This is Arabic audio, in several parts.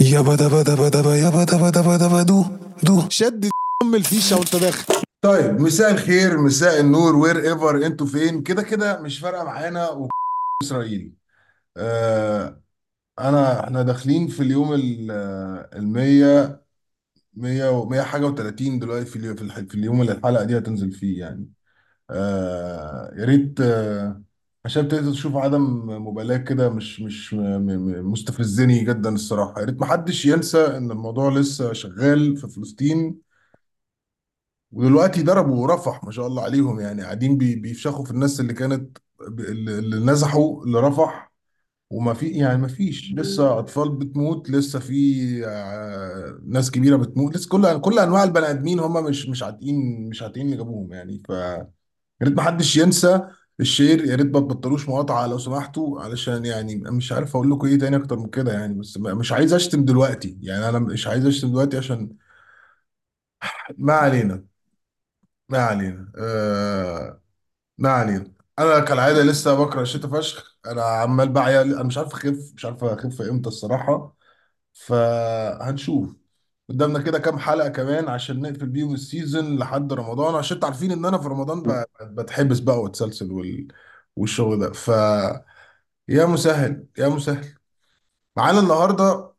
يابا دبا دبا دبا يابا دبا دبا دبا دو دو. شد ام الفيشه وانت داخل. طيب، مساء الخير، مساء النور، وير ايفر انتوا فين، كده كده مش فارقه معانا واسرائيل. آه احنا داخلين في اليوم المية، مية ومية حاجة و30 دلوقتي في اليوم اللي الحلقة دي هتنزل فيه يعني. يا ريت عشان ابتديت اشوف عدم مبالاة كده، مش مستفزني جدا الصراحة. يا ريت محدش ينسى ان الموضوع لسه شغال في فلسطين، ودلوقتي ضربوا رفح ما شاء الله عليهم، يعني قاعدين بيفشخوا في الناس اللي كانت اللي نزحوا لرفح. وما في يعني ما فيش لسه اطفال بتموت، لسه في ناس كبيره بتموت، لسه كل انواع البني ادمين هم مش عاتقين اللي جابوهم يعني. يا ريت ما حدش ينسى الشير، يا ريت ما تبطلوش مقاطعه لو سمحتوا، علشان يعني مش عارف اقول لكم ايه تاني اكتر من كده يعني. بس مش عايز اشتم دلوقتي، يعني انا مش عايز اشتم دلوقتي عشان ما علينا. ما علينا ما علينا. انا كالعاده لسه بكره الشتاء فشخ، انا عمال بعيا، انا مش عارف اخف امتى الصراحه. فهنشوف. قدامنا كده كام حلقه كمان عشان نقفل بيهم السيزون لحد رمضان، عشان انتوا عارفين ان انا في رمضان بتحبس بقى واتسلسل والشغل ده. يا مسهل يا مسهل. معانا النهارده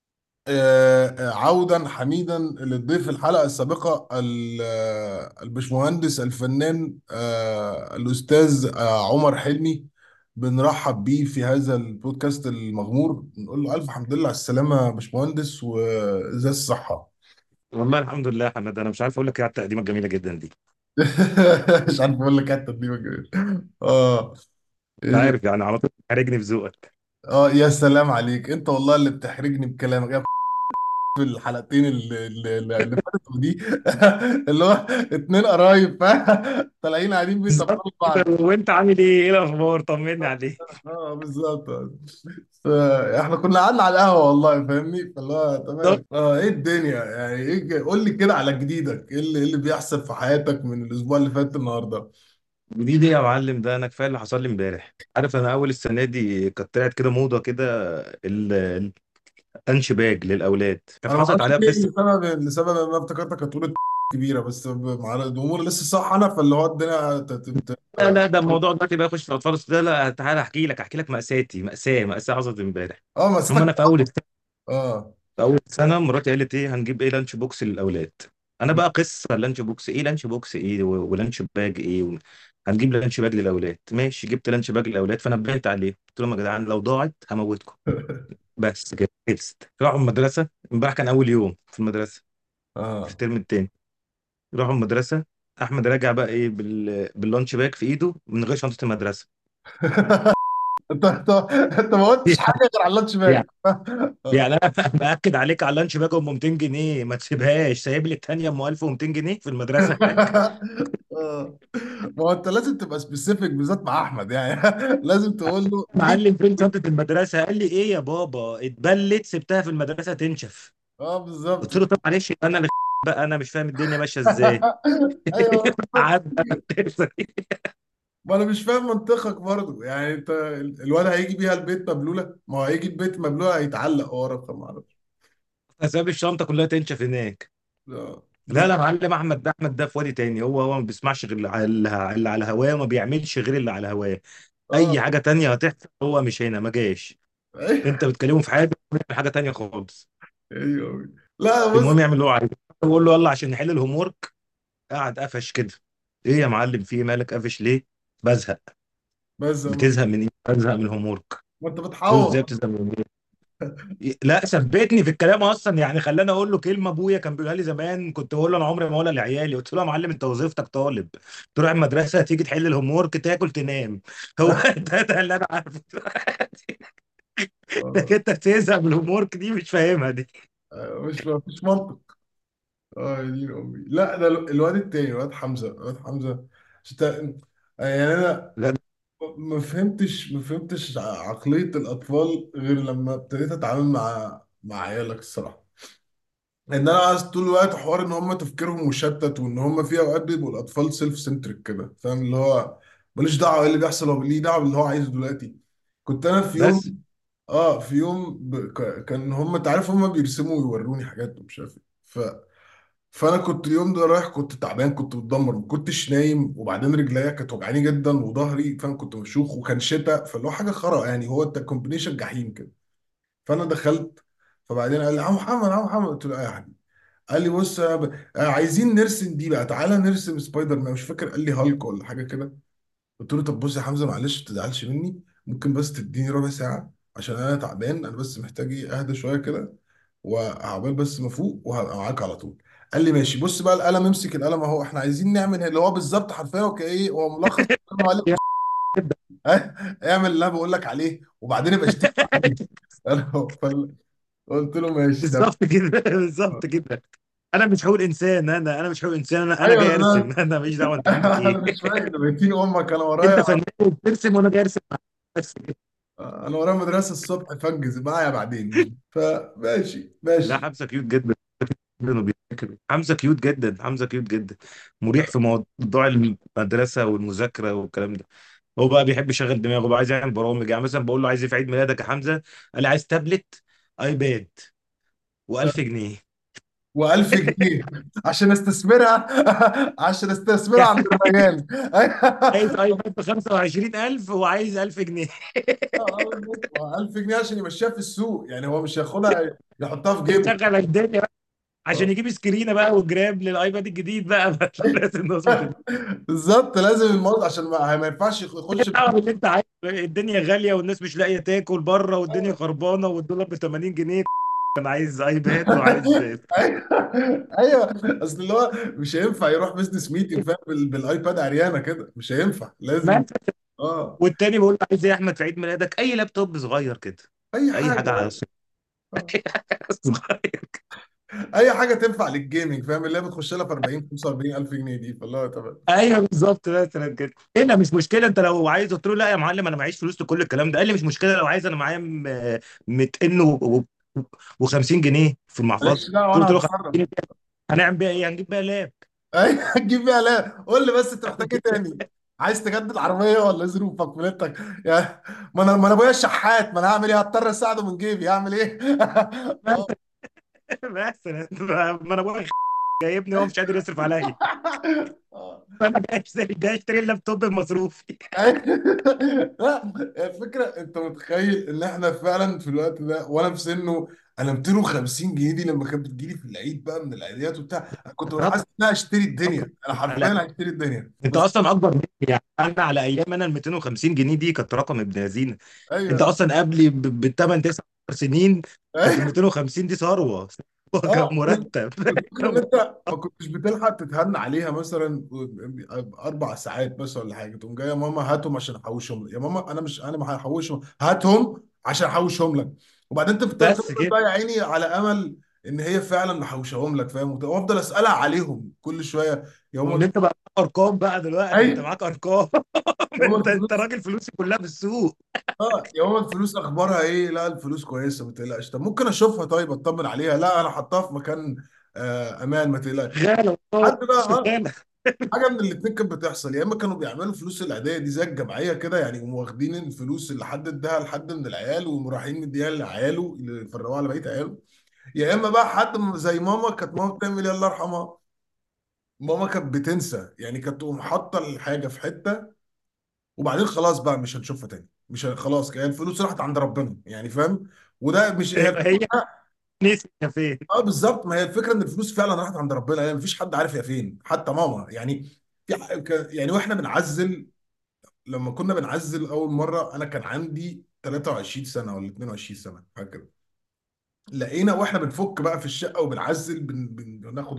عودا حميدا للضيف الحلقة السابقة، البشمهندس الفنان الأستاذ عمر حلمي. بنرحب بيه في هذا البودكاست المغمور، نقول له ألف حمد لله على السلامة يا باشمهندس، وإزاي الصحة؟ والله الحمد لله يا حمد، انا مش عارف اقول لك ايه على التقديمه الجميله جدا دي. مش عارف أقول لك حتى دي آه انت عارف يعني على طول حرجني في ذوقك. يا سلام عليك أنت، والله اللي بتحرجني بكلامك في الحلقتين اللي فاتوا دي. اللي هو اتنين قرايب طالعين قاعدين بالظبط بيطبلوا كده. بعض. وانت عامل ايه؟ ايه الاخبار؟ طمني عليك. اه بالظبط. احنا كنا قعدنا على القهوه والله، فاهمني؟ فاللي هو بالظبط. تمام. ايه الدنيا يعني، ايه، قول لي كده على جديدك، ايه اللي بيحصل في حياتك من الاسبوع اللي فات النهارده؟ جديد ايه يا معلم؟ ده انا كفايه اللي حصل لي امبارح. عارف انا اول السنه دي كانت طلعت كده موضه كده، الانش باج للاولاد كانت انا ما حصلت اعرفش عليها ليه، فيست. لسبب ان انا افتكرتك هتقول كبيره، بس مع الامور لسه صح انا، فاللي هو الدنيا لا لا، ده الموضوع دلوقتي بقى يخش في الاطفال، بس ده لا، تعالى احكي لك مأساتي، مأساة حصلت امبارح. اه هم مسيتك. انا اه في اول سنه مراتي قالت ايه، هنجيب ايه لانش بوكس للاولاد. انا بقى قصه لانش بوكس ايه، لانش بوكس ايه ولانش باج ايه هنجيب لانش باج للاولاد. ماشي، جبت لانش باج للاولاد فنبهت عليه، قلت لهم يا جدعان لو ضاعت هموتكم. بس كده خلصت. راحوا المدرسه امبارح، كان اول يوم في المدرسه في اه. الترم التاني. راحوا المدرسه، احمد راجع بقى ايه باللانش باج في ايده من غير شنطه المدرسه. انت ما قلتش حاجه غير على اللانش باك. يعني يعني انا باكد عليك على اللانش باج ام 200 جنيه، ما تسيبهاش، سايب لي الثانيه ام 1200 جنيه في المدرسه هناك. ما هو انت لازم تبقى سبيسيفيك بالذات مع احمد يعني. لازم تقول له دي. معلم فين شنطة المدرسة؟ قال لي ايه يا بابا، اتبلت سبتها في المدرسة تنشف. اه بالظبط. قلت له طب معلش انا اللي بقى انا مش فاهم الدنيا ماشية ازاي. ايوه بالظبط. قعدنا القصة دي. ما انا مش فاهم منطقك برضه، يعني انت الواد هيجي بيها البيت مبلوله، ما هو هيجي البيت مبلوله هيتعلق ورا، فما اعرفش. فساب الشنطة كلها تنشف هناك. لا لا معلم، احمد ده في وادي تاني، هو ما بيسمعش غير اللي على هواه، وما بيعملش غير اللي على هواه. اه اي حاجة تانية هتحصل هو مش هنا، ما جاش. انت ايوه بتكلمه في حاجة بيعمل حاجة تانية خالص. ايوه. لا بص. المهم يعمل اللي هو عايزه. بقول له يلا عشان نحل الهوم ورك. قاعد قفش كده. ايه يا معلم، في إيه؟ مالك قافش ليه؟ بزهق. بس بتزهق من ايه؟ بزهق من الهوم ورك. ما انت قلت له ازاي بتحور. بتزهق من ايه؟ لا ثبتني في الكلام اصلا، يعني خلاني اقول له كلمه ابويا كان بيقولها لي زمان، كنت بقول له انا عمري ما اقولها لعيالي. قلت له يا معلم انت وظيفتك طالب، تروح المدرسه تيجي تحل الهوم ورك تاكل تنام. هو ده اللي انا عارفه. لكن انت تزهق من الهوم ورك دي مش فاهمها دي. مش منطق. اه يا دين امي. لا ده الواد التاني، الواد حمزه. شت... يعني انا لا ما فهمتش عقليه الاطفال غير لما ابتديت اتعامل مع عيالك الصراحه. ان انا عايز طول الوقت حوار ان هم تفكيرهم مشتت، وان هم في اوقات بيبقوا الاطفال سيلف سنتريك كده، فاهم؟ اللي هو ماليش دعوه ايه اللي بيحصل، هو ليه دعوه باللي هو عايزه دلوقتي. كنت انا في بس يوم في يوم كان هم، انت عارف هم بيرسموا ويوروني حاجات ومش عارف ايه. فانا كنت اليوم ده رايح، كنت تعبان، كنت متدمر، ما كنتش نايم، وبعدين رجليا كانت وجعاني جدا وظهري، فانا كنت مفشوخ وكان شتاء، فاللي هو حاجه خرا يعني، هو انت كومبينيشن جحيم كده. فانا دخلت، فبعدين قال لي عم محمد، عم محمد، قلت له ايه يا حبيبي؟ قال لي بص عايزين نرسم دي بقى، تعالى نرسم سبايدر مان، مش فاكر قال لي هالك ولا حاجه كده. قلت له طب بص يا حمزه، معلش ما تزعلش مني، ممكن بس تديني ربع ساعه عشان انا تعبان، انا بس محتاج اهدى شويه كده، وعقبال بس ما افوق وهبقى معاك على طول. قال لي ماشي، بص بقى القلم، امسك القلم اهو، احنا عايزين نعمل اللي هو بالظبط حرفيا، هو كايه، هو ملخص الكلام، قال لي يا خش اعمل اللي انا بقول لك عليه، وبعدين ابقى اشتكي عني. انا قلت له ماشي تمام. بالظبط كده. بالظبط كده. انا مش حقوق انسان، انا مش حقوق انسان، انا ايوه جاي ارسم. بالظبط. انا ماليش دعوه انت عندك انا ايه. مش فاهم، ميتين امك، انا انت ورايا، فنان وبترسم وانا جاي ارسم معاك. بس كده. انا ورايا مدرسه الصبح، فانجز معايا بعدين، مش فماشي لا ماشي. حمزه كيوت جدا جدا وبيذاكر. حمزه كيوت جدا، حمزه كيوت جدا. مريح في موضوع المدرسه والمذاكره والكلام ده. هو بقى بيحب يشغل دماغه بقى، عايز يعمل برامج. يعني مثلا بقول له عايز ايه في عيد ميلادك يا حمزه؟ قال لي عايز تابلت، ايباد، و1000 جنيه. و1000 جنيه عشان استثمرها عشان استثمرها عند الريان. عايز ايباد ب 25000 وعايز 1000 جنيه. 1000 جنيه عشان يمشيها في السوق، يعني هو مش هياخدها يحطها في جيبه. يشغل الدنيا بقى عشان يجيب سكرينه بقى وجراب للايباد الجديد بقى. لازم نظبط بالظبط، لازم الموضوع عشان ما ينفعش يخش الدعوه اللي انت عايز. الدنيا غاليه والناس مش لاقيه تاكل بره والدنيا خربانه والدولار ب 80 جنيه. انا عايز ايباد وعايز ايوه ايوه، اصل اللي هو مش هينفع يروح بزنس ميتنج فاهم بالايباد عريانه كده، مش هينفع، لازم. كمان. اه، والتاني بقول له عايز ايه يا احمد في عيد ميلادك؟ اي لابتوب صغير كده. اي اي حاجه على حاجه. آه. صغير. اي حاجه تنفع للجيمنج فاهم، اللي هي بتخش لها في 40 45 الف جنيه دي، فالله تمام. ايوه بالظبط مثلا كده. هنا مش مشكله انت لو عايز. قلت له لا يا معلم انا معيش فلوس لكل الكلام ده. قال لي مش مشكله لو عايز، انا معايا 250 جنيه في المحفظه. مالكش دعوه، انا قلت له هتصرف. 50 جنيه هنعمل بيها ايه؟ هنجيب بيها لاب. ايوه هتجيب بيها، لا قول لي بس انت محتاج ايه تاني؟ عايز تجدد العربيه ولا ظروفك ولادك؟ يا ما انا ابويا شحات، ما انا هعمل ايه؟ هضطر اساعده من جيبي، هعمل ايه؟ اه. مثلا ما انا بقول جايبني هو مش قادر يصرف عليا. آه. فانا جاي اشتري اللابتوب بمصروفي. لا، الفكره انت متخيل ان احنا فعلا في الوقت ده وانا في سنه، انا 250 جنيه دي لما كانت بتجيلي في العيد بقى من العيديات وبتاع، انا كنت ببقى حاسس رقم. ان انا هشتري رقم. الدنيا، انا لا حرفيا هشتري الدنيا انت بس. اصلا اكبر مني. يعني انا على ايام انا ال 250 جنيه دي كانت رقم ابن لذينه. انت ايوه اصلا قبلي بالثمان تسع سنين كانت ال ايوه. 250 دي ثروه. كان اه، مرتب. الفكره ان انت ما كنتش بتلحق تتهنى عليها مثلا 4 ساعات بس ولا حاجه، تقوم جايه ماما هاتهم عشان احوشهم لك. يا ماما انا مش، انا ما هحوشهم، هاتهم عشان احوشهم لك. وبعدين انت بس تفضل كده. بقى يا عيني على امل ان هي فعلا محوشاهم لك فاهم، وافضل اسالها عليهم كل شويه، يا وان ماما. انت بقى معاك ارقام بقى دلوقتي، انت اي، معاك ارقام. يا ماما انت الفلوس. راجل فلوسي كلها في السوق. اه، يا ماما الفلوس اخبارها ايه؟ لا الفلوس كويسه ما تقلقش، طب ممكن اشوفها طيب اطمن عليها؟ لا انا حطاها في مكان امان ما تقلقش. غالة والله حد بقى شغاله. حاجه من الاتنين كانت بتحصل، يا اما كانوا بيعملوا فلوس العيديه دي زي الجمعيه كده، يعني يقوموا واخدين الفلوس اللي حد اداها لحد من العيال ويقوموا رايحين مديها لعياله اللي يفرقوها على بقيه عياله. يا اما بقى حد زي ماما، كانت ماما بتعمل ايه الله يرحمها، ماما كانت بتنسى، يعني كانت تقوم حاطه الحاجه في حته، وبعدين خلاص بقى مش هنشوفها تاني، مش خلاص كده الفلوس راحت عند ربنا يعني فاهم. وده مش هي هي الفلوس نسي فين. اه بالظبط، ما هي الفكره ان الفلوس فعلا راحت عند ربنا، يعني مفيش حد عارف هي فين حتى ماما يعني. يعني واحنا بنعزل، لما كنا بنعزل اول مره، انا كان عندي 23 سنه ولا 22 سنه حاجه كده. لقينا واحنا بنفك بقى في الشقه وبنعزل، بناخد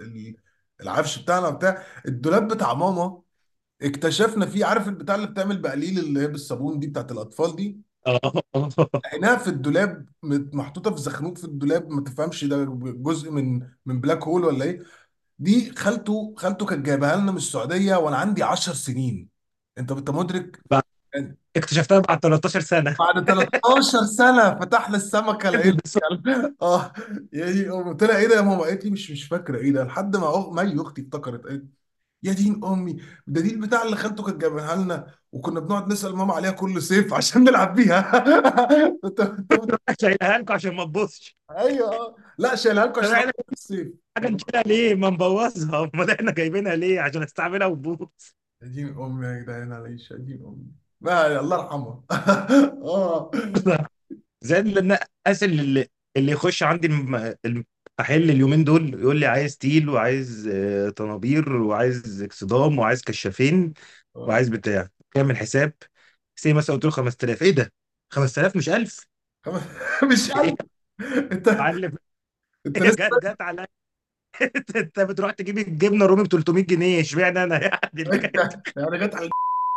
العفش بتاعنا بتاع الدولاب بتاع ماما، اكتشفنا فيه، عارف البتاع اللي بتعمل بقليل اللي هي بالصابون دي بتاعت الاطفال دي، اه. لقيناها في الدولاب محطوطه في زخنوق في الدولاب، ما تفهمش ده جزء من بلاك هول ولا ايه. دي خالته كانت جايبها لنا من السعوديه وانا عندي 10 سنين. انت مدرك؟ بعد- اكتشفتها بعد 13 سنه. بعد 13 سنة فتحنا السمكة لقيت بالصوت. اه. يعني قلت لها ايه ده يا ماما؟ قالت لي مش فاكرة ايه ده، لحد ما مي اختي افتكرت، قالت يا دين امي، ده دي البتاع اللي خالته كانت جايبها لنا، وكنا بنقعد نسال ماما عليها كل صيف عشان نلعب بيها. شايلها لكم عشان ما تبصش. ايوه لا شايلها لكم طب عشان احنا في الصيف. حاجه نشيلها ليه؟ ما نبوظها. امال احنا جايبينها ليه؟ عشان استعملها وتبوظ. يا دين امي يا جدعان، عليش يا دين امي. لا الله يرحمها. اه. زائد الناس اللي يخش عندي المحل اليومين دول يقول لي عايز تيل، وعايز طنابير، وعايز اكسدام، وعايز كشافين، اه. وعايز بتاع. يعمل حساب. سي مثلا قلت له 5000. ايه ده؟ 5000 مش 1000؟ مش ايه قلب. يا انت معلم؟ انت هي لسه جت على انت بتروح تجيب الجبنه رومي ب 300 جنيه، اشمعنى انا يعني اللي جاي؟ يعني جت على.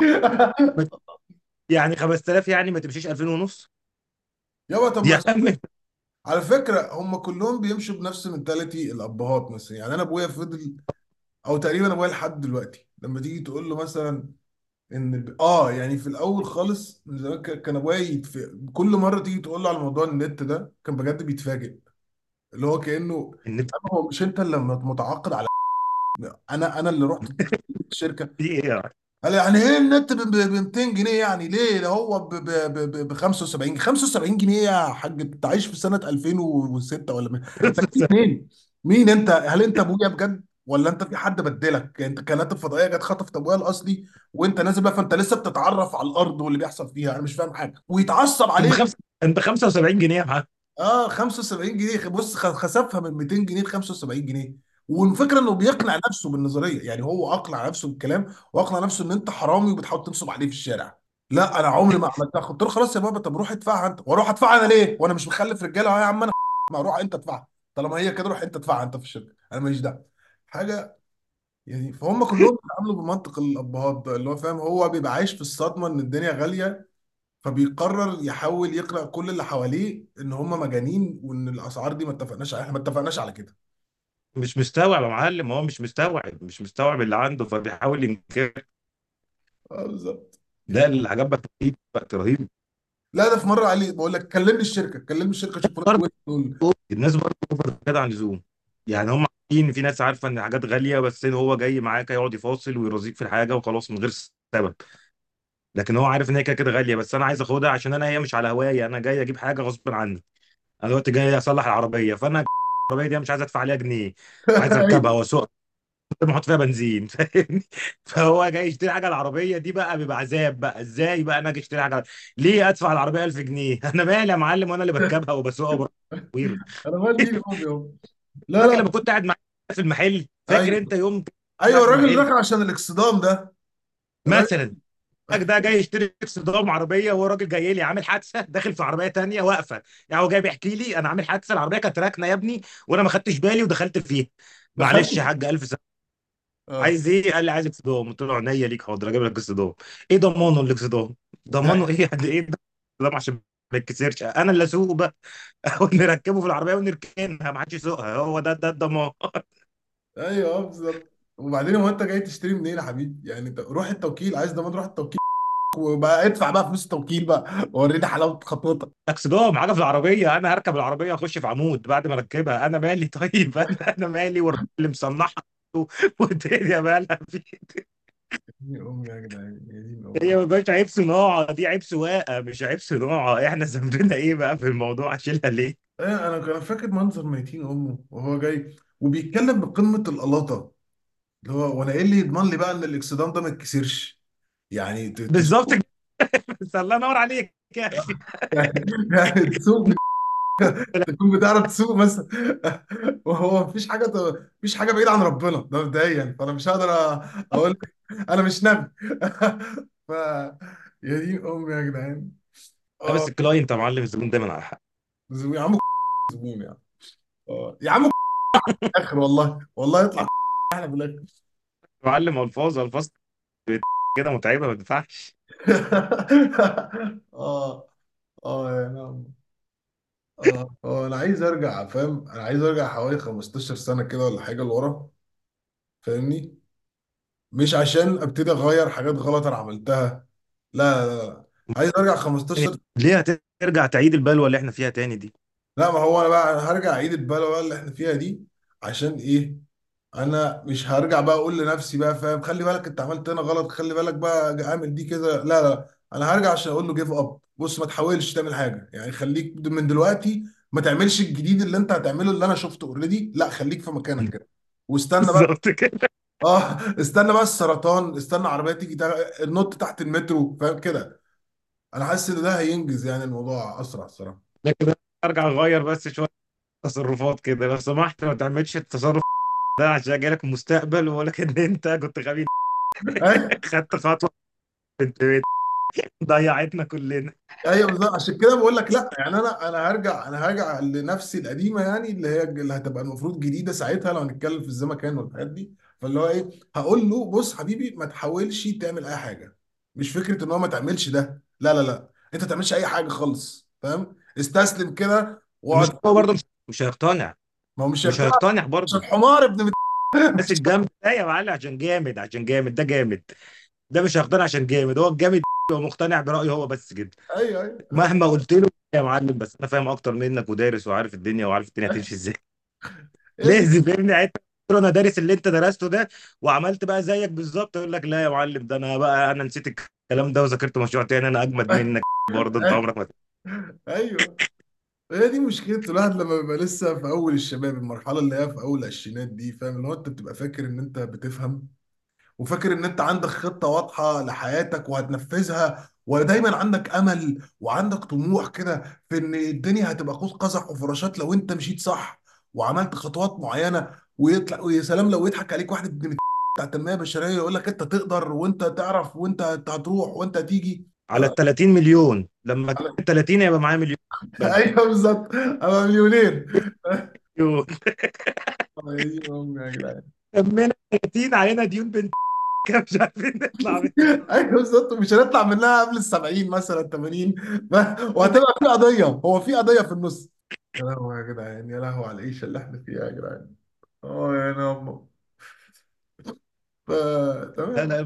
يعني 5000 يعني ما تمشيش 2000 ونص يابا طب ما يا عم. على فكره هم كلهم بيمشوا بنفس منتاليتي الابهات مثلا. يعني انا ابويا فضل، او تقريبا ابويا لحد دلوقتي لما تيجي تقول له مثلا ان يعني في الاول خالص من زمان كان ابويا كل مره تيجي تقول له على موضوع النت ده كان بجد بيتفاجئ. اللي هو كانه النت هو مش انت اللي متعاقد على، انا اللي رحت الشركه. دي ايه يعني؟ قال يعني ايه النت ب 200 جنيه؟ يعني ليه ده هو ب 75 75 جنيه يا حاج؟ انت عايش في سنه 2006 ولا انت جبت منين؟ مين انت؟ هل انت ابويا بجد ولا انت في حد بدلك؟ يعني انت كانت الفضائيه جت خطفت ابويا الاصلي وانت نازل بقى، فانت لسه بتتعرف على الارض واللي بيحصل فيها. انا مش فاهم حاجه ويتعصب كان عليه. بخمسه كان ب 75 جنيه يا معلم. اه 75 جنيه. بص خسفها من 200 جنيه ل 75 جنيه. والفكره انه بيقنع نفسه بالنظريه، يعني هو اقنع نفسه بالكلام واقنع نفسه ان انت حرامي وبتحاول تنصب عليه في الشارع. لا انا عمري ما عملتها. قلت له خلاص يا بابا، طب روح ادفعها انت. واروح ادفعها انا ليه وانا مش مخلف رجاله اهو يا عم انا؟ ما روح انت ادفعها. طالما هي كده روح انت ادفعها انت في الشركه، انا ماليش دعوه حاجه. يعني فهم كلهم بيتعاملوا بمنطق الابهات ده، اللي هو فاهم هو بيبقى عايش في الصدمه ان الدنيا غاليه، فبيقرر يحاول يقنع كل اللي حواليه ان هم مجانين وان الاسعار دي ما اتفقناش، احنا ما اتفقناش على كده. مش مستوعب يا معلم، هو مش مستوعب اللي عنده فبيحاول ينكر. اه بالظبط. ده الحاجات بقت رهيب، بقت رهيب. لا ده في مره قال لي بقول لك كلمني الشركه، كلمني الشركه شوف لك برضه وين دول. الناس برضه اوفر زياده عن اللزوم. يعني هم عارفين ان في ناس عارفه ان حاجات غاليه، بس هو جاي معاك يقعد يفاصل ويرازيك في الحاجه وخلاص من غير سبب. لكن هو عارف ان هي كده كده غاليه، بس انا عايز اخدها عشان هي مش على هوايه، انا جاي اجيب حاجه غصب عني. انا دلوقتي جاي اصلح العربيه، فانا العربيه دي مش عايز ادفع عليها جنيه، عايز اركبها ايوه واسوقها محط فيها بنزين. فاهمني؟ فهو جاي يشتري حاجه العربيه دي بقى بيبقى عذاب بقى. ازاي بقى انا اجي اشتري حاجه؟ ليه ادفع العربيه 1000 جنيه؟ انا مالي يا معلم، وانا اللي بركبها وبسوقها وبروح. انا مال دين امي اهو. لا فاكر لا. لما كنت قاعد معاك في المحل؟ فاكر ايوه انت يوم ايوه قاعد في الراجل المحل دخل عشان الاكسدام ده. الراجل. مثلا؟ ده جاي يشتري صدام عربيه، وهو راجل جاي لي عامل حادثه داخل في عربيه تانيه واقفه. يعني هو جاي بيحكي لي انا عامل حادثه، العربيه كانت راكنه يا ابني وانا ما خدتش بالي ودخلت فيها. معلش يا دخلت. حاج، الف سنه. اه. عايز ايه؟ قال لي عايز اكسدام. قلت له عينيا ليك حاضر اجيب لك اكسدام. ايه ضمانه الاكسدام؟ ضمانه ايه يعني؟ ايه ده؟ اكسدام عشان ما يتكسرش انا اللي اسوقه بقى. او نركبه في العربيه ونركنها ما حدش يسوقها، هو ده الضمان. ايوه بالظبط. وبعدين هو انت جاي تشتري منين يا حبيبي؟ يعني انت روح التوكيل، عايز ضمان روح التوكيل وبقى ادفع بقى فلوس التوكيل بقى وريني حلاوه خطوتك. اكسدام حاجه في العربيه، انا هركب العربيه واخش في عمود بعد ما اركبها؟ انا مالي؟ طيب انا مالي والراجل اللي مصنعها والدنيا مالها فيه. يا امي يا جدعان يا دين هي امي. ما بقاش عيب صناعه، دي عيب سواقه مش عيب صناعه. احنا ذنبنا ايه بقى في الموضوع؟ اشيلها ليه؟ انا كان فاكر منظر ميتين امه وهو جاي وبيتكلم بقمه القلاطه، اللي هو وانا ايه اللي يضمن لي بقى ان الاكسدام ده ما يتكسرش؟ يعني بالظبط تسوق. كده. بس الله ينور عليك يا اخي. يعني تسوق تكون بتعرف تسوق مثلا. وهو مفيش حاجه بعيده عن ربنا ده مبدئيا، فانا مش هقدر اقول لك انا مش نبي. ف يا دين امي يا جدعان. لا اه. بس الكلاينت يا معلم، الزبون دايما على حق. يا عم زبون يعني. اه يا عم اخر والله والله يطلع احنا في الاخر. معلم الفاظ كده متعبه ما تنفعش. اه. اه يا نعم. انا عايز ارجع فاهم، انا عايز ارجع حوالي 15 سنه كده ولا حاجه لورا. فاهمني؟ مش عشان ابتدي اغير حاجات غلط انا عملتها، لا لا لا. عايز ارجع 15. ليه هترجع تعيد البلوه اللي احنا فيها تاني دي؟ لا ما هو انا بقى هرجع اعيد البلوه اللي احنا فيها دي. عشان ايه؟ انا مش هرجع بقى اقول لنفسي بقى فاهم خلي بالك انت عملت هنا غلط، خلي بالك بقى اعمل دي كده، لا لا. انا هرجع عشان اقول له جيف اب، بص ما تحاولش تعمل حاجه، يعني خليك من دلوقتي ما تعملش الجديد اللي انت هتعمله اللي انا شفته اوريدي، لا خليك في مكانك كده واستنى بقى. بالظبط كده. اه استنى بقى السرطان، استنى عربيه تيجي النط تحت المترو فاهم كده. انا حاسس ان ده هينجز يعني الموضوع اسرع الصراحه. لكن ارجع اغير بس شويه تصرفات كده لو سمحت، ما تعملش التصرف ده عشان جاي لك المستقبل، ولكن انت كنت غبي. خدت خطوه بنت بيت ضيعتنا كلنا. ايوه بالظبط، عشان كده بقول لك لا يعني انا هرجع لنفسي القديمه، يعني اللي هي اللي هتبقى المفروض جديده ساعتها لو هنتكلم في الزمكان والحاجات دي. فاللي هو ايه، هقول له بص حبيبي ما تحاولش تعمل اي حاجه، مش فكره ان هو ما تعملش ده، لا لا لا، انت ما تعملش اي حاجه خالص فاهم، استسلم كده مش واقعد. هو برضه مش هيقتنع. ما هو مش مش هيقتنع هيقتنع عشان برضه. حمار ابن بس الجامد ده يا معلم عشان جامد، عشان جامد ده جامد. ده مش هيقتنع عشان جامد، هو الجامد هو مقتنع برأيه هو بس كده. ايوه ايوه مهما قلت له يا معلم بس انا فاهم اكتر منك ودارس وعارف الدنيا وعارف الدنيا هتمشي ازاي. هي دي. لازم فاهمني يعني. أنت قلت له انا دارس اللي انت درسته ده وعملت بقى زيك بالظبط، يقول لك لا يا معلم ده انا بقى انا نسيت الكلام ده وذاكرت مشروع تاني انا اجمد منك. برضه انت عمرك ما. ايوه هي دي مشكلة الواحد لما بيبقى لسه في أول الشباب، المرحلة اللي هي في أول العشرينات دي فاهم، اللي هو أنت بتبقى فاكر إن أنت بتفهم، وفاكر إن أنت عندك خطة واضحة لحياتك وهتنفذها، ودايما عندك أمل وعندك طموح كده في إن الدنيا هتبقى قوس قزح وفراشات لو أنت مشيت صح وعملت خطوات معينة. ويطلع ويا سلام لو يضحك عليك واحد ابن بتاع التنمية البشرية يقول لك أنت تقدر وأنت تعرف وأنت هتروح وأنت هتيجي. على ال 30 مليون لما تجيب 30 يبقى معايا مليون مستقبل. ايوه بالظبط ابقى مليونير. مليون. يا دين امي يا جدعان. كملنا 30 علينا ديون بنت كده مش عارفين نطلع منها. ايوه بالظبط، مش هنطلع منها قبل ال 70 مثلا 80 وهتبقى في قضيه، هو في قضيه في النص. يا لهوي يا جدعان، يا لهوي على العيشه اللي احنا فيها يا جدعان. اه يا نعم. ف لا تمام. لا.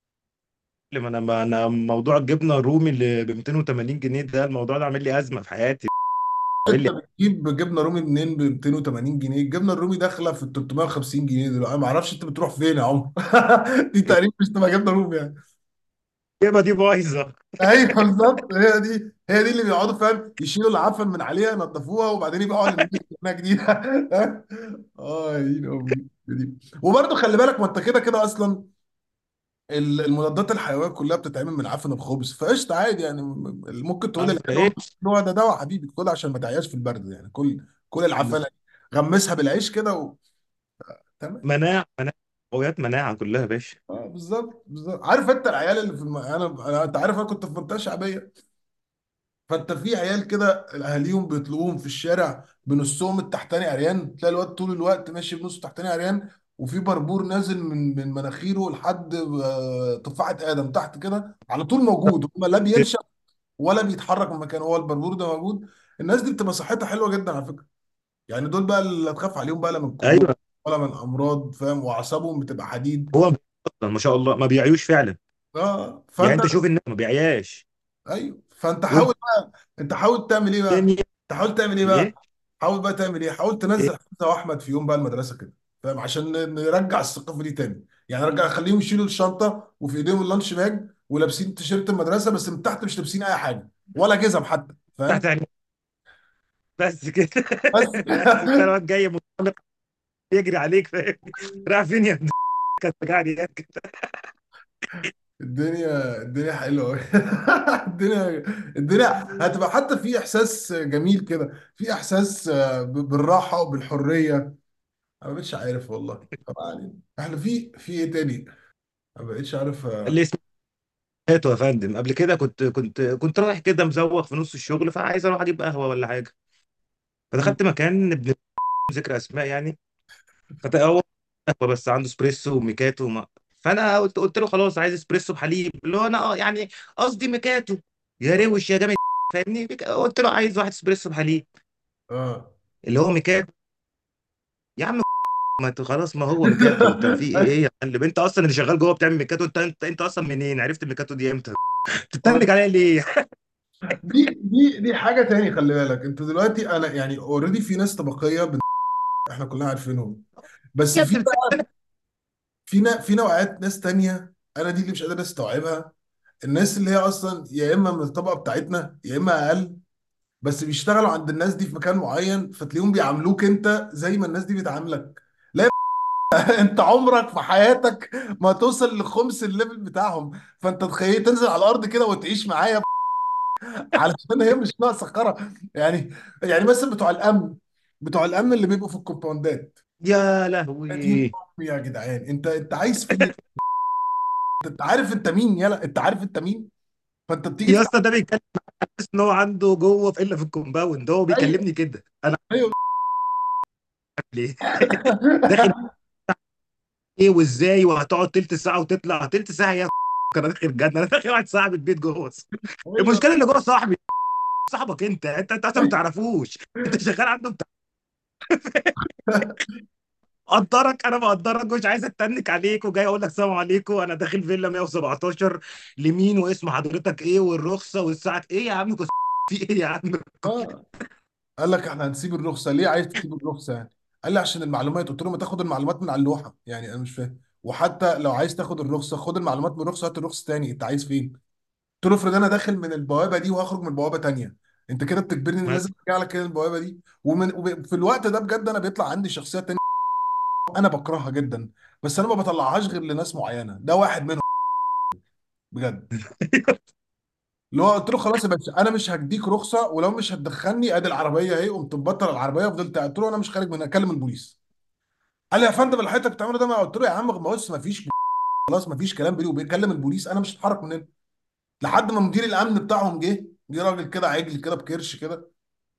انا موضوع الجبنه الرومي اللي ب 280 جنيه ده، الموضوع ده عامل لي ازمه في حياتي. عامل انت لي. بتجيب جبنه رومي منين ب 280 جنيه؟ الجبنه الرومي داخله في 350 جنيه دلوقتي، انا ما اعرفش انت بتروح فين يا عمر. دي تقريبا مش تبقى جبنه رومي يعني. الجبنه دي بايظه. ايوه بالظبط، هي دي اللي بيقعدوا فاهم يشيلوا العفن من عليها ينضفوها وبعدين يبيعوها للناس كانها جديده. اه يا دين امي دي. وبرضه خلي بالك ما انت كده كده اصلا المضادات الحيويه كلها بتتعمل من عفن الخبز، فقشطه عادي يعني، ممكن تقول عارف العيال ايه؟ هو ده دواء حبيبي خد عشان ما تعياش في البرد يعني، كل العفانه دي غمسها بالعيش كده تمام. مناعه قويات مناعه كلها يا باشا. اه بالظبط بالظبط، عارف انت العيال اللي في انت عارف انا كنت في منطقه شعبيه، فانت في عيال كده اهاليهم بيطلبوهم في الشارع بنصهم التحتاني عريان، تلاقي الواد طول الوقت ماشي بنص التحتاني عريان، وفي بربور نازل من مناخيره لحد تفاحة آدم تحت كده على طول موجود، هو لا بينشف ولا بيتحرك من مكانه، هو البربور ده موجود. الناس دي بتبقى صحتها حلوة جدا على فكرة، يعني دول بقى اللي تخاف عليهم بقى لا من كورونا ايوه. ولا من امراض فاهم، واعصابهم بتبقى حديد. هو اصلا ما شاء الله ما بيعيوش فعلا. اه يعني فانت انت شوف الناس ما بيعياش. ايوه فانت حاول بقى، انت حاول تعمل ايه بقى، والدنيا انت حاول تعمل ايه ايه؟ بقى، حاول بقى تعمل ايه، حاول ايه؟ تنزل حمزه واحمد في يوم بقى المدرسه كده فاهم، عشان نرجع الثقافه دي تاني، يعني نرجع خليهم يشيلوا الشنطه وفي ايديهم اللانش باج ولابسين تيشيرت المدرسه بس من تحت مش لابسين اي حاجه ولا جزم حتى تحت فاهم. يعني. بس كده. بس بس انت الواد جاي منطلق يجري عليك فاهمني. رايح فين يا ابني؟ كانت قاعد ياكل. الدنيا حلوه أوي. الدنيا الدنيا هتبقى حتى في احساس جميل كده، في احساس بالراحه وبالحريه. انا ما بقتش عارف والله، طب علينا احنا في ايه تاني، ما بقتش عارف اللي اسمه هاته يا فندم. قبل كده كنت رايح كده مزوق في نص الشغل فعايز اروح اجيب قهوه ولا حاجه. فدخلت مكان ابن ذكر اسماء يعني. هو قهوه بس عنده اسبريسو وميكاتو فانا قلت له خلاص عايز اسبريسو بحليب اللي هو انا يعني قصدي ميكاتو. يا روش يا جامد فاهمني. قلت له عايز واحد اسبريسو بحليب اه اللي هو ميكاتو. يا عم ما انت خلاص ما هو ميكاتو. انت في ايه يا معلم؟ انت اصلا اللي شغال جوه بتعمل ميكاتو. انت اصلا منين عرفت الميكاتو دي امتى؟ بتتنك عليا ليه؟ دي حاجه تاني، خلي بالك انت دلوقتي انا يعني اوريدي في ناس طبقيه احنا كلنا عارفينهم. بس يا في ابني بتتكلم. في نوعيات ناس تانية، انا دي اللي مش قادر استوعبها. الناس اللي هي اصلا يا اما من الطبقه بتاعتنا يا اما اقل، بس بيشتغلوا عند الناس دي في مكان معين، فتلاقيهم بيعاملوك انت زي ما الناس دي بتعاملك. لا انت عمرك في حياتك ما توصل لخمس الليفل بتاعهم. فانت تخيل تنزل على الارض كده وتعيش معايا علشان هي مش ناقصه خرا يعني. يعني مثلا بتوع الامن اللي بيبقوا في الكومباوندات، يا قديم لهوي. أمي يا جدعان، انت عايز في ايه؟ انت عارف انت مين؟ يلا انت عارف انت مين؟ فانت بتيجي يا اسطى ده بيتكلم ان هو عنده جوه في الا في الكومباوند، هو ايوه بيكلمني كده انا ايوه. ليه؟ داخل ايه وازاي وهتقعد تلت ساعه وتطلع تلت ساعه يا انا داخل جنة، انا داخل واحد صاحب البيت جوه. ايوه المشكله اللي جوه صاحبي، صاحبك انت اصلا ما تعرفوش، انت شغال عنده مقدرك، انا بقدرك ومش عايز اتنك عليك وجاي اقول لك سلام عليكم انا داخل فيلا 117 لمين واسم حضرتك ايه والرخصه والساعه ايه يا عم في ايه يا عم. اه. قال لك احنا هنسيب الرخصه ليه؟ عايز تسيب الرخصه يعني؟ قال لي عشان المعلومات. قلت له ما تاخد المعلومات من على اللوحه، يعني انا مش فاهم. وحتى لو عايز تاخد الرخصه خد المعلومات من الرخصه، هات الرخصه تاني، انت عايز فين؟ قلت له افرض انا داخل من البوابه دي وهخرج من بوابه تانيه، انت كده بتجبرني ان لازم مثلا ارجع لك كده البوابه دي. في الوقت ده بجد انا بيطلع عندي شخصيات تانية انا بكرهها جدا، بس انا ما بطلعهاش غير لناس معينه، ده واحد منهم بجد. اللي هو قلت له خلاص يا باشا انا مش هديك رخصه، ولو مش هتدخلني ادي العربيه اهي، قمت مبطل العربيه وفضلت قاعد. قلت له انا مش خارج من اكلم البوليس. قال لي يا فندم اللي حضرتك بتعمله ده، ما قلت له يا عم بص ما فيش، خلاص ما فيش كلام بيني وبين، كلم البوليس انا مش هتحرك من هنا. لحد ما مدير الامن بتاعهم جه راجل كده عجل كده بكرش كده،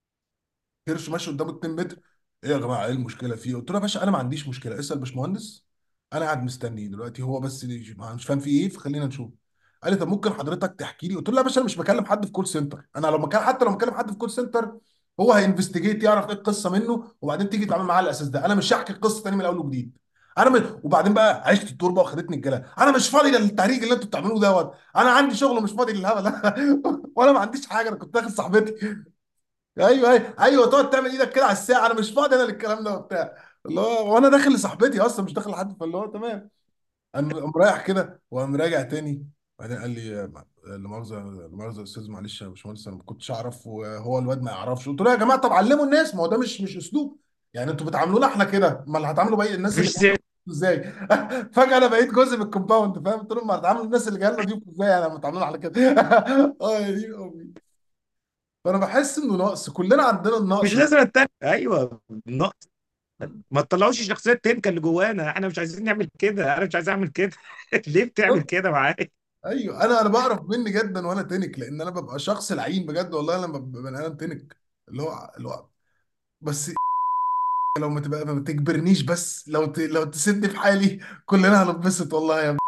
كرش ماشي قدامه 2 متر. ايه يا جماعه ايه المشكله فيه؟ قلت له يا باشا انا ما عنديش مشكله، اسال باشمهندس، انا قاعد مستنيه دلوقتي، هو بس مش فاهم في ايه فخلينا نشوف. قال لي طب ممكن حضرتك تحكي لي؟ قلت له لا يا باشا انا مش بكلم حد في كول سنتر، انا لو مكان حتى لو بكلم حد في كول سنتر هو هينفستيجيت يعرف ايه القصه منه وبعدين تيجي تتعامل معاه على الاساس ده، انا مش هحكي القصه تاني من الاول وجديد. وبعدين بقى عشت التربه وخدتني الجلاء، انا مش فاضي للتهريج اللي انتوا بتعملوه دوت، انا عندي شغل ومش فاضي للهبل ده. وانا ما عنديش حاجه، انا كنت داخل صاحبتي. ايوه ايوه ايوه، تقعد تعمل ايدك كده على الساعه، انا مش فاضي انا للكلام ده وبتاع، اللي هو وانا داخل لصاحبتي اصلا مش داخل لحد، فاللي هو تمام. قام رايح كده وقام راجع تاني. بعدين قال لي لا مؤاخذه لا مؤاخذه يا استاذ، معلش يا باشمهندس انا ما كنتش اعرف وهو الواد ما يعرفش. قلت له يا جماعه طب علموا الناس، ما هو ده مش اسلوب، يعني انتوا بتعاملونا احنا كده، امال هتعاملوا باقي الناس اللي مفيش جايه سير. ازاي؟ فجاه انا بقيت جزء من الكومباوند فاهم. قلت لهم ما هتعاملوا الناس اللي جايه لنا ضيوف ازاي؟ انا بتعاملونا على كده. اه يا دين امي. فانا بحس انه نقص، كلنا عندنا مش النقص. لازم التاني ايوه نقص. ما تطلعوش الشخصيه التنكه اللي جوانا، احنا مش عايزين نعمل كده، انا مش عايز اعمل كده. ليه بتعمل ده كده معايا؟ ايوه، انا بعرف مني جدا وانا تنك، لان انا ببقى شخص لعين بجد والله لما ببقى بني ادم تنك، اللي هو بس لو ما تبقى ما تجبرنيش، بس لو تسيبني في حالي كلنا هنتبسط والله يا ابني.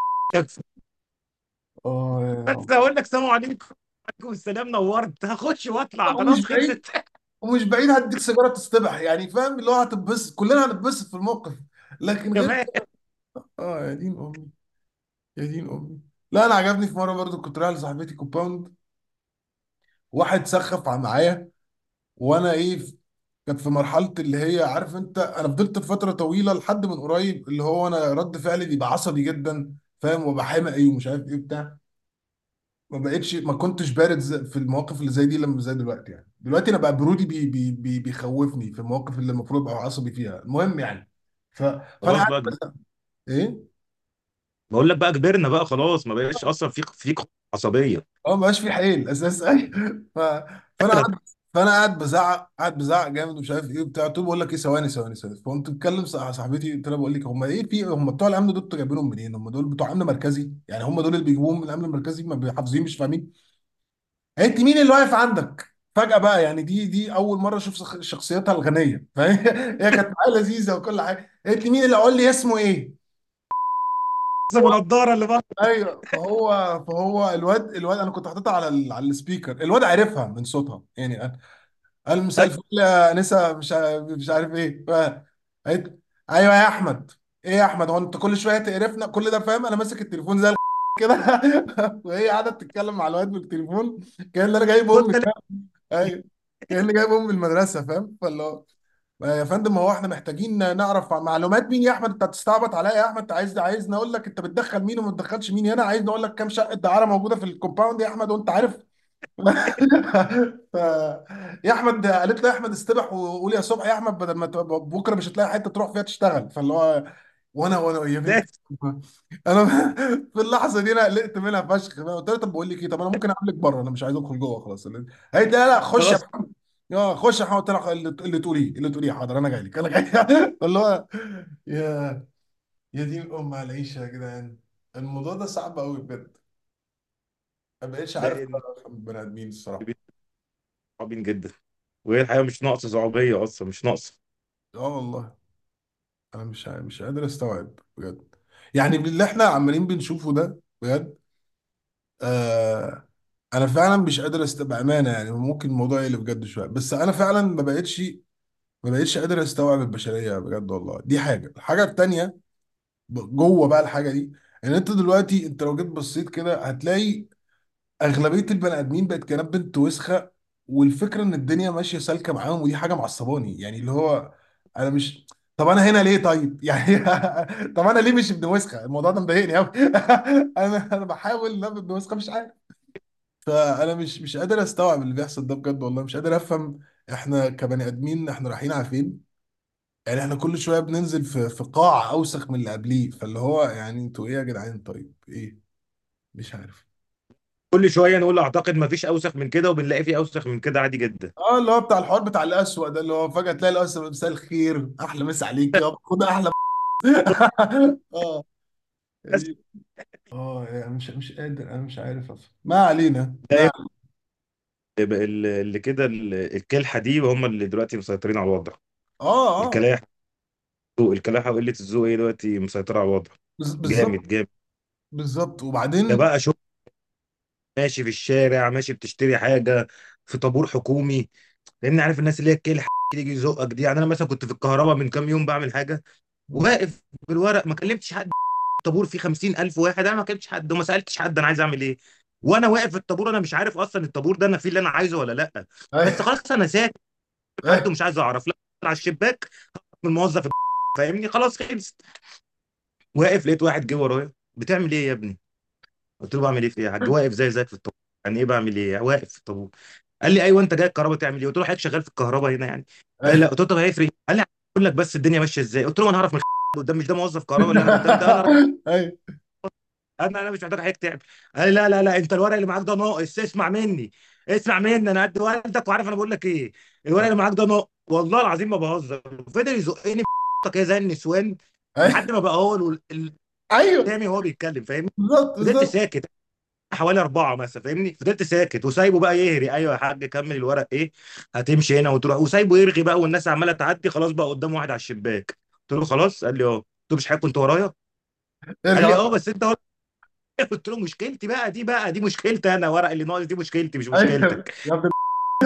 اه بس اقول لك سلام عليكم، وعليكم السلام، نورت، هخش واطلع ومش خلاص بعيد، خلصت. ومش بعيد هديك سيجاره تستبح يعني فاهم، اللي هو هتتبسط كلنا هنتبسط في الموقف، لكن غير كمان كده. اه يا دين امي، يا دين امي. لا انا عجبني في مره برضو كنت رايح لصاحبتي كومباوند، واحد سخف معايا، وانا ايه كانت في مرحله اللي هي عارف انت، انا فضلت فتره طويله لحد من قريب اللي هو انا رد فعلي بيبقى عصبي جدا فاهم، وابقى حمقي ومش عارف ايه بتاع. ما كنتش بارد في المواقف اللي زي دي لما زي دلوقتي، يعني دلوقتي انا بقى برودي بيخوفني في المواقف اللي المفروض ابقى عصبي فيها، المهم يعني. فانا خلاص قاعد بقى مثلا ايه. بقول لك بقى كبرنا بقى خلاص، ما بقاش اصلا فيك عصبيه. اه ما بقاش في حيل اساس اي. ف... فانا قاعد فانا قاعد بزعق، قاعد بزعق جامد ومش عارف ايه وبتاع. قلت له بقول لك ايه، ثواني ثواني ثواني. فقمت بتكلم صاحبتي قلت لها بقول لك هم ايه، في هم بتوع الامن دول انتوا جايبينهم منين؟ هم دول بتوع امن مركزي يعني؟ هم دول اللي بيجيبوهم من الامن المركزي ما بيحافظين مش فاهمين؟ انت مين اللي واقف عندك فجأة بقى؟ يعني دي اول مرة اشوف شخصيتها الغنية فاهم. هي كانت معايا لذيذة وكل حاجة، قالت لي مين اللي قال لي اسمه ايه؟ ابو نضاره اللي بقى. ايوه. فهو الواد انا كنت حاططها على السبيكر، الواد عرفها من صوتها يعني. قال مساء الفل يا نسا، مش عارف ايه قالت ايوه يا احمد. ايه يا احمد، هو انت كل شويه تقرفنا كل ده فاهم؟ انا ماسك التليفون زي كده. وهي قاعده بتتكلم مع الواد بالتليفون، كان انا جايب امي كنت فاهم. ايوه، كان جايب امي من المدرسه فاهم، فاللي هو يا فندم، هو احنا محتاجين نعرف معلومات مين يا احمد؟ انت بتستعبط عليا يا احمد؟ انت عايزني اقول لك انت بتدخل مين وما بتدخلش مين هنا؟ عايزني اقول لك كام شقه دعاره موجوده في الكومباوند يا احمد وانت عارف؟ ف... يا احمد قالت له يا احمد استبح وقول يا صبح يا احمد، بدل ما بكره مش هتلاقي حته تروح فيها تشتغل. فاللي هو وانا يا بنت، انا في اللحظه دي انا قلقت منها فشخ. قلت له طب بقول لك ايه، طب انا ممكن اعمل لك بره، انا مش عايز ادخل جوه خلاص. قالت لي لا لا خش يا خلاص. محمد. اه خش يا محمد. قلت لها اللي تقوليه حاضر، انا جاي لك انا جاي. اللي هو يا يا دين مع العيشه يا جدعان. الموضوع ده صعب قوي بجد. ما بقتش عارف لا ان افهم البني ادمين الصراحه. صعبين جدا، وهي الحقيقه مش ناقصه صعوبيه اصلا، مش ناقصه. اه والله. انا مش قادر استوعب بجد. يعني باللي احنا عمالين بنشوفه ده بجد. آه انا فعلا مش قادر بامانه. يعني ممكن الموضوع يقلب بجد شويه، بس انا فعلا ما بقتش قادر استوعب البشريه بجد والله. دي الحاجه التانيه جوه بقى الحاجه دي، ان انت دلوقتي انت لو جيت بصيت كده هتلاقي اغلبيه البني ادمين بقت كلام بنت وسخه. والفكره ان الدنيا ماشيه سالكه معاهم، ودي حاجه معصباني. يعني اللي هو انا مش، طب انا هنا ليه طيب يعني؟ طب انا ليه مش ابن وسخه؟ الموضوع ده مضايقني قوي. انا بحاول ان أنا ابن وسخه مش عارف. فانا مش قادر استوعب اللي بيحصل ده بجد والله. مش قادر افهم احنا كبني ادمين احنا رايحين على فين. يعني احنا كل شويه بننزل في قاع اوسخ من اللي قبليه. فاللي هو يعني انتوا ايه يا جدعان؟ طيب ايه؟ مش عارف. كل شويه نقول اعتقد ما فيش اوسخ من كده، وبنلاقي في اوسخ من كده عادي جدا. اه اللي هو بتاع الحوار بتاع الاسوأ ده، اللي هو فجأة تلاقي الاسوأ مساء الخير احلى مسا عليك يابا خد احلى. اه بس يعني يعني مش قادر، انا مش عارف افهم. ما علينا ده ما. اللي كده الكلحه دي هم اللي دلوقتي مسيطرين على الوضع. اه اه الكلاح، الكلاحه وقله الذوق ايه دلوقتي مسيطره على الوضع. بالظبط. جامد جامد. بالظبط ده وبعدين. بقى شوف، ماشي في الشارع، ماشي بتشتري حاجه في طابور حكومي، لان عارف الناس اللي هي الكلحه اللي يجي يزقك دي. يعني انا مثلا كنت في الكهرباء من كام يوم بعمل حاجه، واقف بالورق، ما كلمتش حد. الطابور فيه 50,000 واحد، انا ما كلمتش حد وما سالتش حد انا عايز اعمل ايه. وانا واقف في الطابور انا مش عارف اصلا الطابور ده انا فيه اللي انا عايزه ولا لا. بس ايه خلاص انا ساكت، حد ايه ومش عايز اعرف، لا على الشباك من الموظف، فاهمني؟ خلاص خلص. واقف لقيت واحد جه ورايا، بتعمل ايه يا ابني؟ قلت له بعمل ايه في ايه يا حاج؟ واقف زيك في الطابور. يعني ايه بعمل ايه؟ واقف في الطابور. قال لي ايوه انت جاي الكهرباء تعمل ايه؟ قلت له حضرتك شغال في الكهرباء هنا يعني؟ قال لي لا. ايه قلت له طب هيفرق؟ قال لي اقول لك بس الدنيا ماشيه ازاي. قلت له ما انا هعرف من قدام؟ مش ده موظف كهرباء اللي انا قدام ده؟ انا ايه انا مش محتاج حضرتك تعمل. قال لي لا لا لا، انت الورق اللي معاك ده ناقص، اسمع مني. اسمع مني، انا قد والدك وعارف انا بقول لك ايه. الورق اللي معاك ده ناقص، والله العظيم ما بهزر. فضل يزقني كده زي النسوان ايه لحد ما بقى هو ايوه قدامي وهو بيتكلم، فاهمني؟ بالظبط فضلت بالظبط. ساكت حوالي أربعة مثلا، فاهمني؟ فضلت ساكت وسايبه بقى يهري. أيوه يا حاج كمل الورق إيه، هتمشي هنا وتروح، وسايبه يرغي بقى والناس عمالة تعدي. خلاص بقى قدام واحد على الشباك. قلت له خلاص؟ قال لي أه. قلت له مش حضرتك كنت ورايا؟ قال ارجع لي أه بقى. بس أنت ورايا. قلت له مشكلتي بقى دي، بقى دي مشكلتي أنا، ورق اللي ناقص دي مشكلتي مش ايوه مشكلتك. يا ابني.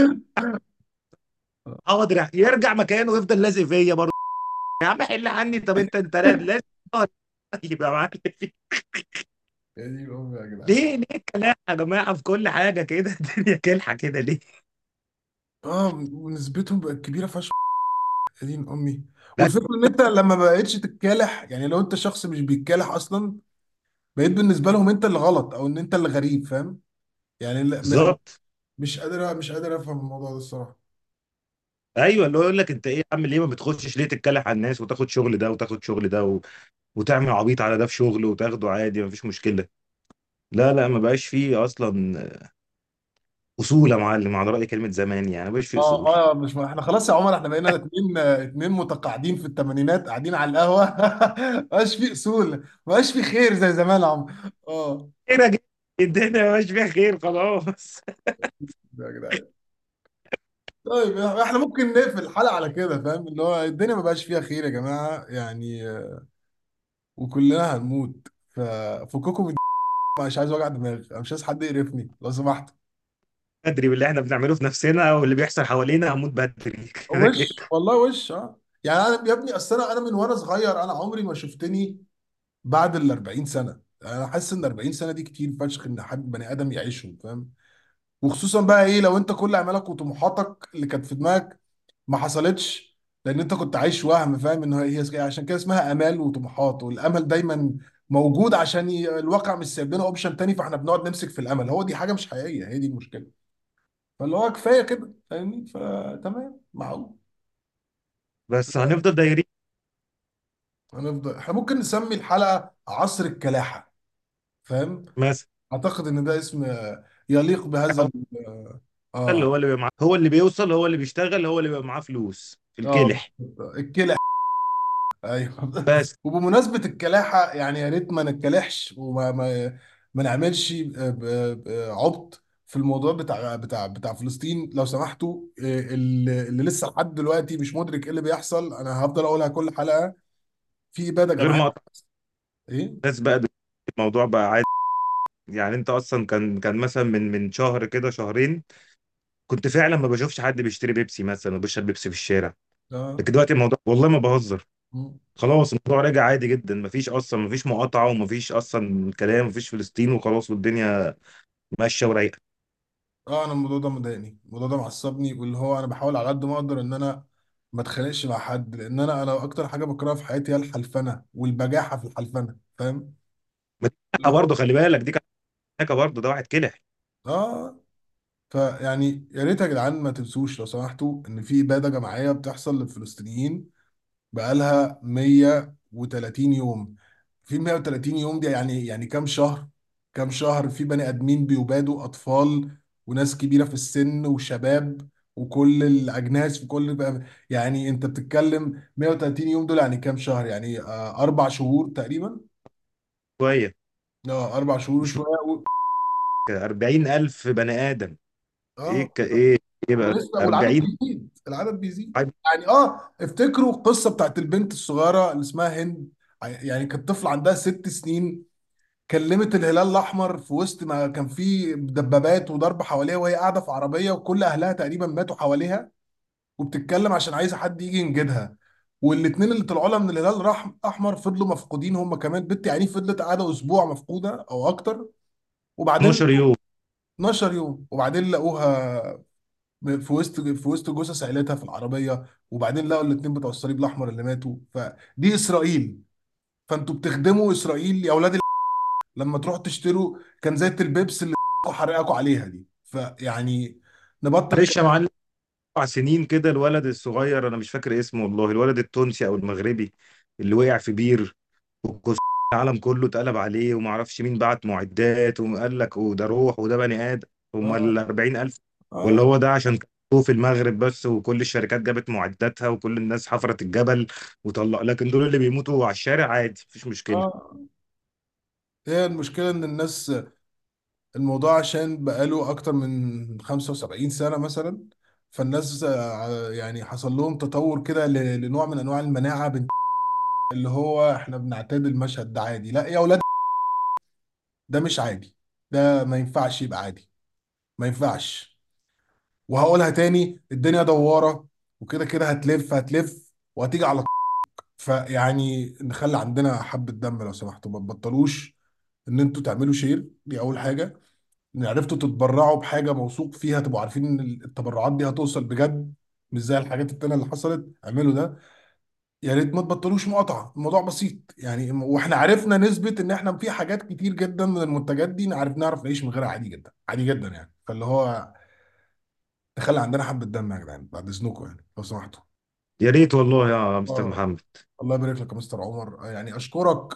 حاضر، يرجع مكانه ويفضل لازق فيا برضه. يا عم حل عني، طب أنت لازم يبقى معاك. يا دين امي يا جدعان. ليه كلاح يا جماعة في كل حاجة كده؟ الدنيا كلحة كده ليه؟ اه ونسبتهم بقت كبيره فشخ. يا دين امي. لا والفكره ان انت لما ما بقتش تتكالح، يعني لو انت شخص مش بيتكالح اصلا بقيت بالنسبه لهم انت اللي غلط او ان انت اللي غريب، فاهم؟ يعني بالظبط. مش قادر افهم الموضوع ده الصراحه. ايوه، اللي هو يقول لك انت ايه يا عم، ليه ما بتخشش؟ ليه تتكلم على الناس وتاخد شغل ده وتاخد شغل ده وتعمل عبيط على ده في شغل وتاخده عادي، ما فيش مشكله. لا لا، ما بقاش فيه اصلا اصول يا معلم، على راي كلمه زمان يعني، ما بقاش فيه اه اصول. مش احنا خلاص يا عمر، احنا بقينا اتنين متقاعدين في الثمانينات قاعدين على القهوه. مبقاش في اصول، مبقاش في خير زي زمان يا عمر. اه خير يا جدع، الدنيا ما بقاش فيها خير خلاص. يا جدعان. طيب احنا ممكن نقفل الحلقه على كده، فاهم؟ اللي هو الدنيا ما بقاش فيها خير يا جماعه يعني. وكلنا هنموت. ففككم من مش عايز وجع دماغ. انا مش عايز حد يقرفني لو سمحت. بدري باللي احنا بنعمله في نفسنا واللي بيحصل حوالينا، هموت بدري كده كده. وش والله وش يعني انا يا ابني اصل انا من وانا صغير انا عمري ما شفتني بعد ال 40 سنه. انا حاسس ان 40 سنه دي كتير فشخ ان حد بني ادم يعيشهم، فاهم؟ وخصوصا بقى ايه لو انت كل امالك وطموحاتك اللي كانت في دماغك ما حصلتش. لان انت كنت عايش وهم، فاهم ان هي عشان كده اسمها امال وطموحات، والامل دايما موجود عشان الواقع مش سايب لنا اوبشن تاني، فاحنا بنقعد نمسك في الامل، هو دي حاجه مش حقيقيه، هي دي المشكله. فاللي هو كفايه كده، فاهمني؟ فتمام، معقول. بس هنفضل دايرين. هنفضل، احنا ممكن نسمي الحلقه عصر الكلاحه، فاهم؟ مثلا اعتقد ان ده اسم يليق بهذا اللي اه هو اللي بيبقى معاه، هو اللي بيوصل، هو اللي بيشتغل، هو اللي بيبقى معاه فلوس في اه الكلح. الكلى. ايوه. بس وبمناسبه الكلاحه، يعني يا ريت ما نتكلحش ما نعملش عبط في الموضوع بتاع فلسطين لو سمحتوا. اللي لسه لحد دلوقتي مش مدرك ايه اللي بيحصل، انا هفضل اقولها كل حلقه: في اباده غير جماعيه. ما ايه؟ الناس بقى الموضوع بقى عادي. يعني انت اصلا كان مثلا من شهر كده شهرين كنت فعلا ما بشوفش حد بيشتري بيبسي مثلا وبيشرب بيبسي في الشارع. اه. لكن دلوقتي الموضوع والله ما بهزر، مم. خلاص الموضوع راجع عادي جدا، مفيش اصلا مفيش مقاطعه ومفيش اصلا كلام، مفيش فلسطين وخلاص والدنيا ماشيه ورايقه. انا الموضوع ده مضايقني، الموضوع ده معصبني، واللي هو انا بحاول على قد ما اقدر ان انا ما اتخانقش مع حد، لان انا اكتر حاجه بكرهها في حياتي هي الحلفنه والبجاحه في الحلفنه، فاهم؟ ما اللي دي هو برضه خلي بالك، دي كانت برضه ده واحد كلح. اه فيعني يا ريت يا جدعان ما تنسوش لو سمحتوا ان في اباده جماعيه بتحصل للفلسطينيين بقالها 130 يوم. في 130 يوم دي يعني كام شهر؟ كام شهر في بني ادمين بيبادوا، اطفال وناس كبيره في السن وشباب وكل الاجناس في كل بقى. يعني انت بتتكلم 130 يوم دول يعني كام شهر؟ يعني 4 شهور تقريبا. شويه. اه 4 شهور مش وشويه 40,000 بني ادم. اه ايه بقى ولسه، والعدد 40؟ بيزيد، العدد بيزيد. يعني افتكروا القصه بتاعت البنت الصغيره اللي اسمها هند، يعني كانت طفله عندها 6 سنين، كلمت الهلال الاحمر في وسط ما كان في دبابات وضرب حواليها، وهي قاعده في عربيه وكل اهلها تقريبا ماتوا حواليها، وبتتكلم عشان عايزه حد يجي ينجدها. والاتنين اللي طلعوا لها من الهلال الاحمر فضلوا مفقودين هم كمان، بنت يعني فضلت قاعده اسبوع مفقوده او اكتر، وبعدين 12 يوم. 12 يوم، وبعدين لقوها في وسط جثث عيلتها في العربيه، وبعدين لقوا الاتنين بتوع الصليب الاحمر اللي ماتوا. فدي اسرائيل، فانتوا بتخدموا اسرائيل يا اولاد لما تروحوا تشتروا كان زيت البيبس اللي حرقكوا عليها دي، فيعني نبطل معلش يا معلم، 4 سنين كده الولد الصغير انا مش فاكر اسمه والله، الولد التونسي او المغربي اللي وقع في بير، العالم كله اتقلب عليه وما اعرفش مين بعت معدات وقال لك وده روح وده بني ادم. هم اه ال 40,000 ولا اه هو ده عشان كانوا في المغرب بس وكل الشركات جابت معداتها وكل الناس حفرت الجبل وطلع، لكن دول اللي بيموتوا على الشارع عادي مفيش مشكلة. اه هي المشكلة ان الناس، الموضوع عشان بقاله اكتر من 75 سنة مثلا، فالناس يعني حصل لهم تطور كده لنوع من انواع المناعة اللي هو احنا بنعتاد المشهد ده عادي. لا يا اولاد، ده مش عادي، ده ما ينفعش يبقى عادي، ما ينفعش. وهقولها تاني: الدنيا دوارة، وكده كده هتلف هتلف وهتيجي على فيعني نخلي عندنا حبة دم لو سمحتوا، ما تبطلوش ان انتوا تعملوا شير، دي اول حاجة. ان عرفتوا تتبرعوا بحاجة موثوق فيها، تبقوا عارفين ان التبرعات دي هتوصل بجد، مش زي الحاجات التانية اللي حصلت. اعملوا ده. يا ريت ما تبطلوش مقاطعة، الموضوع بسيط يعني، واحنا عرفنا نثبت ان احنا في حاجات كتير جدا من المنتجات دي نعرف نعيش من غيرها عادي جدا، عادي جدا يعني. فاللي هو نخلي عندنا حبة دم يا جدعان بعد اذنكم يعني لو سمحتوا. يا ريت والله يا مستر اه محمد. الله يبارك لك يا مستر عمر، يعني اشكرك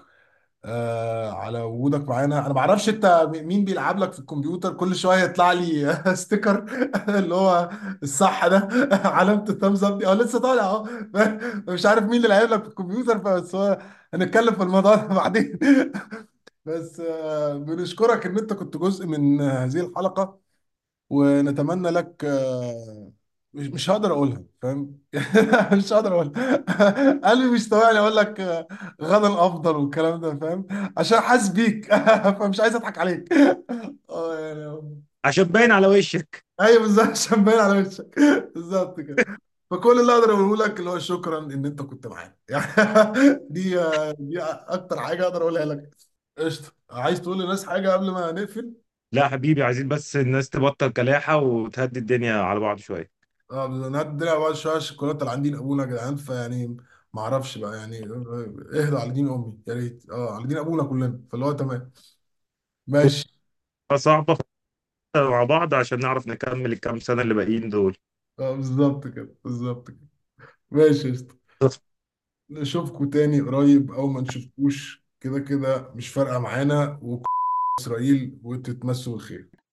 على وجودك معانا. انا ما اعرفش انت مين بيلعب لك في الكمبيوتر، كل شويه يطلع لي ستيكر اللي هو الصح ده علامه الثامز اب دي، هو لسه طالع اهو. مش عارف مين اللي لعب لك في الكمبيوتر، بس هو هنتكلم في الموضوع ده بعدين. بس بنشكرك ان انت كنت جزء من هذه الحلقه، ونتمنى لك مش هقدر اقولها، فاهم؟ مش هقدر اقولها. قلبي مش طوعني اقول لك غدا الافضل والكلام ده، فاهم؟ عشان حاسس بيك. فمش عايز اضحك عليك. يعني عشان باين على وشك. ايوه بالظبط، عشان باين على وشك. بالظبط كده. فكل اللي اقدر اقوله لك اللي هو شكرا ان انت كنت معانا. يعني دي اكتر حاجه اقدر اقولها لك. قشطه، عايز تقول للناس حاجه قبل ما نقفل؟ لا حبيبي، عايزين بس الناس تبطل كلاحة وتهدي الدنيا على بعض شوية. اه نهدي الدنيا على بعض شويه، الشوكولاته اللي عندي ابونا يا جدعان، فيعني ما اعرفش بقى يعني، اهدوا على دين امي يا ريت، على دين ابونا كلنا، فاللي هو تمام. ماشي. صعبة مع بعض عشان نعرف نكمل الكام سنة اللي باقيين دول. اه بالظبط كده، بالظبط كده. ماشي يا اسطى. نشوفكوا تاني قريب او ما نشوفكوش، كده كده مش فارقه معانا، واسرائيل وتتمسوا بالخير.